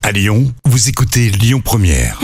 À Lyon, vous écoutez Lyon Première.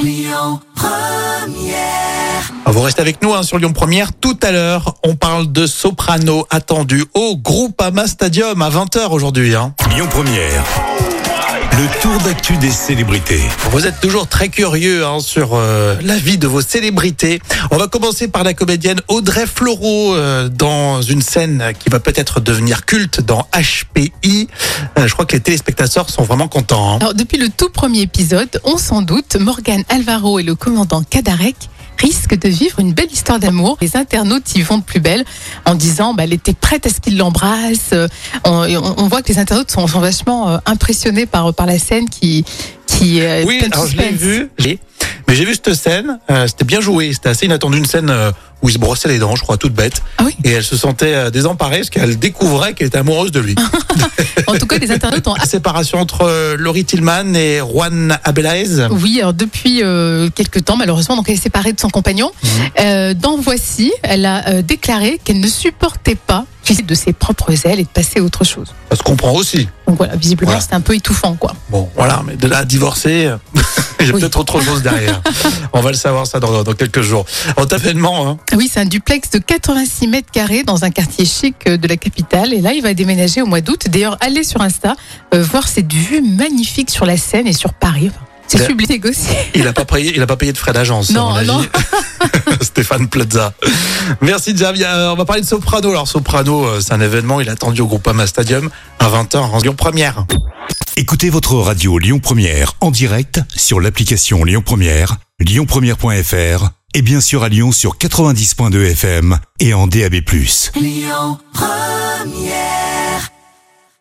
Vous restez avec nous sur Lyon Première. Tout à l'heure, on parle de Soprano attendu au Groupama Stadium à 20h aujourd'hui. Lyon Première. Le tour d'actu des célébrités. Vous êtes toujours très curieux sur la vie de vos célébrités. On va commencer par la comédienne Audrey Fleurot dans une scène qui va peut-être devenir culte dans HPI. Je crois que les téléspectateurs sont vraiment contents. Alors, depuis le tout premier épisode, on s'en doute, Morgane Alvaro et le commandant Kadarek risquent de vivre une belle histoire d'amour. Les internautes y vont de plus belle en disant elle était prête à ce qu'il l'embrasse. On voit que les internautes sont vachement impressionnés par la scène qui oui, alors je l'ai vu. Mais j'ai vu cette scène, c'était bien joué, c'était assez inattendu, une scène où il se brossait les dents, je crois, toute bête. Ah oui. Et elle se sentait désemparée parce qu'elle découvrait qu'elle était amoureuse de lui. En tout cas, les internautes ont... La séparation entre Laurie Tillman et Juan Abelaez. Oui, alors depuis quelques temps, malheureusement, donc elle est séparée de son compagnon. Dans Voici, elle a déclaré qu'elle ne supportait pas de ses propres ailes et de passer à autre chose. Ça se comprend aussi. Donc voilà, visiblement, Voilà. c'était un peu étouffant, quoi. Bon, voilà, mais de là à divorcer, il y a peut-être autre chose derrière. On va le savoir ça dans quelques jours. En événement, Oui, c'est un duplex de 86 mètres carrés dans un quartier chic de la capitale. Et là, il va déménager au mois d'août. D'ailleurs, allez sur Insta, voir cette vue magnifique sur la Seine et sur Paris. Enfin, c'est Ouais. sublime négocié. il a pas payé de frais d'agence. Non, à mon non. avis. Stéphane Plaza. Merci Xavier. On va parler de Soprano. Alors Soprano, c'est un événement, il est attendu au Groupama Stadium à 20h en Lyon Première. Écoutez votre radio Lyon Première en direct sur l'application Lyon Première, lyonpremière.fr et bien sûr à Lyon sur 90.2 FM et en DAB+. Lyon Première.